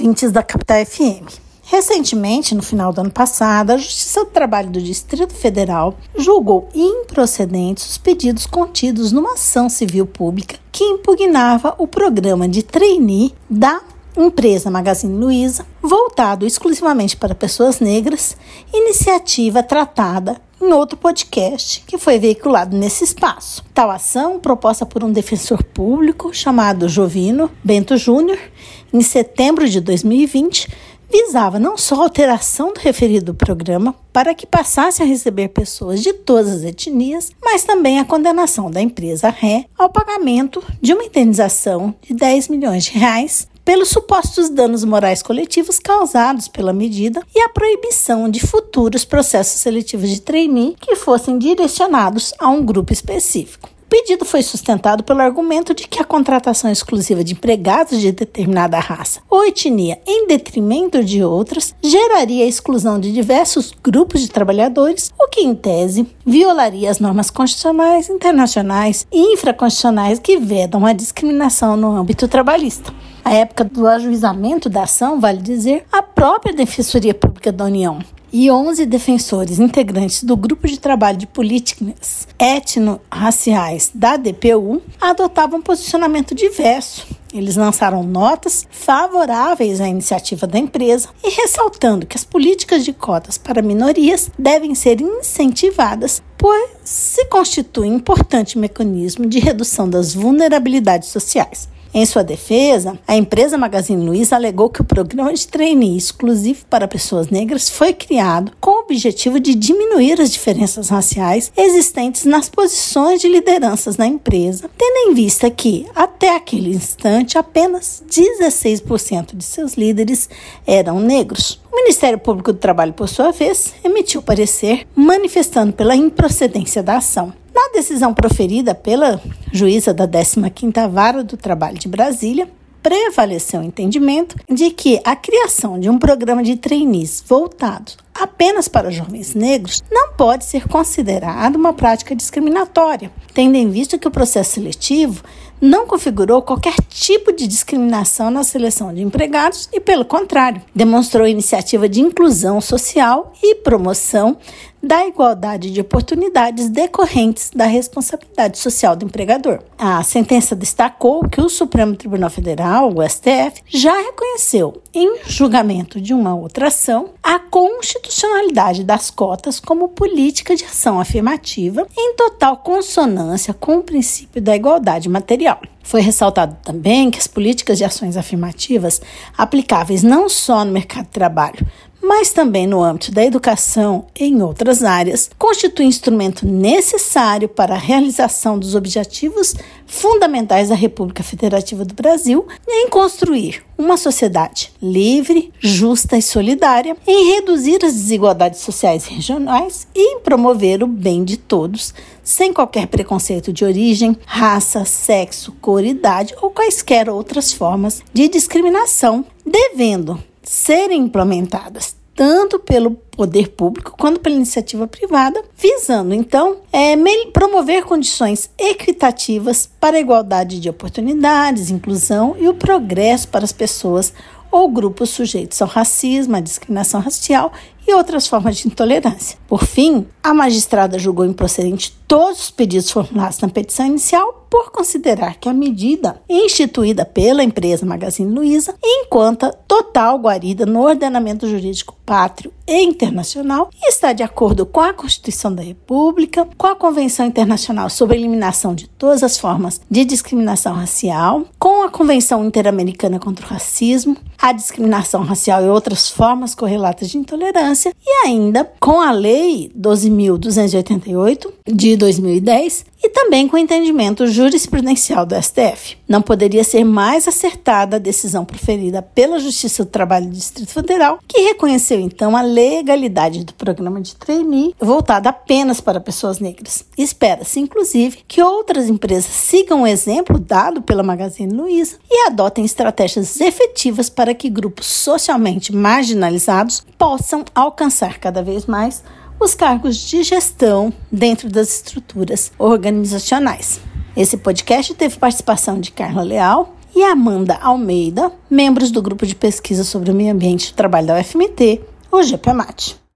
ouvintes da Capital FM. Recentemente, no final do ano passado, a Justiça do Trabalho do Distrito Federal julgou improcedentes os pedidos contidos numa ação civil pública que impugnava o programa de trainee da empresa Magazine Luiza, voltado exclusivamente para pessoas negras, iniciativa tratada em outro podcast que foi veiculado nesse espaço. Tal ação, proposta por um defensor público chamado Jovino Bento Júnior, em setembro de 2020, visava não só a alteração do referido programa para que passasse a receber pessoas de todas as etnias, mas também a condenação da empresa Ré ao pagamento de uma indenização de R$10 milhões pelos supostos danos morais coletivos causados pela medida e a proibição de futuros processos seletivos de trainee que fossem direcionados a um grupo específico. O pedido foi sustentado pelo argumento de que a contratação exclusiva de empregados de determinada raça ou etnia em detrimento de outras geraria a exclusão de diversos grupos de trabalhadores, o que, em tese, violaria as normas constitucionais, internacionais e infraconstitucionais que vedam a discriminação no âmbito trabalhista. À época do ajuizamento da ação, vale dizer, a própria Defensoria Pública da União e 11 defensores integrantes do Grupo de Trabalho de Políticas Étnico-Raciais da DPU adotavam um posicionamento diverso. Eles lançaram notas favoráveis à iniciativa da empresa e ressaltando que as políticas de cotas para minorias devem ser incentivadas, pois se constitui um importante mecanismo de redução das vulnerabilidades sociais. Em sua defesa, a empresa Magazine Luiza alegou que o programa de trainee exclusivo para pessoas negras foi criado com o objetivo de diminuir as diferenças raciais existentes nas posições de lideranças na empresa, tendo em vista que, até aquele instante, apenas 16% de seus líderes eram negros. O Ministério Público do Trabalho, por sua vez, emitiu parecer manifestando pela improcedência da ação. Na decisão proferida pela juíza da 15ª Vara do Trabalho de Brasília, prevaleceu o entendimento de que a criação de um programa de trainees voltado apenas para jovens negros não pode ser considerado uma prática discriminatória, tendo em vista que o processo seletivo não configurou qualquer tipo de discriminação na seleção de empregados e, pelo contrário, demonstrou iniciativa de inclusão social e promoção da igualdade de oportunidades decorrentes da responsabilidade social do empregador. A sentença destacou que o Supremo Tribunal Federal, o STF, já reconheceu, em julgamento de uma outra ação, a constitucionalidade das cotas como política de ação afirmativa em total consonância com o princípio da igualdade material. Foi ressaltado também que as políticas de ações afirmativas aplicáveis não só no mercado de trabalho, mas também no âmbito da educação e em outras áreas, constitui instrumento necessário para a realização dos objetivos fundamentais da República Federativa do Brasil em construir uma sociedade livre, justa e solidária, em reduzir as desigualdades sociais e regionais e em promover o bem de todos, sem qualquer preconceito de origem, raça, sexo, cor, idade ou quaisquer outras formas de discriminação, devendo serem implementadas tanto pelo poder público quanto pela iniciativa privada, visando, então, promover condições equitativas para a igualdade de oportunidades, inclusão e o progresso para as pessoas ou grupos sujeitos ao racismo, à discriminação racial e outras formas de intolerância. Por fim, a magistrada julgou improcedente todos os pedidos formulados na petição inicial por considerar que a medida instituída pela empresa Magazine Luiza, enquanto total guarida no ordenamento jurídico pátrio e internacional, está de acordo com a Constituição da República, com a Convenção Internacional sobre a Eliminação de Todas as Formas de Discriminação Racial, com a Convenção Interamericana contra o Racismo, a discriminação racial e outras formas correlatas de intolerância, e ainda com a Lei 12.288 de 2010 e também com o entendimento jurisprudencial do STF. Não poderia ser mais acertada a decisão proferida pela Justiça do Trabalho do Distrito Federal, que reconheceu então a legalidade do programa de trainee voltado apenas para pessoas negras. Espera-se, inclusive, que outras empresas sigam o exemplo dado pela Magazine Luiza e adotem estratégias efetivas para que grupos socialmente marginalizados possam alcançar cada vez mais os cargos de gestão dentro das estruturas organizacionais. Esse podcast teve participação de Carla Leal e Amanda Almeida, membros do Grupo de Pesquisa sobre o Meio Ambiente e o Trabalho da UFMT, o GPMAT.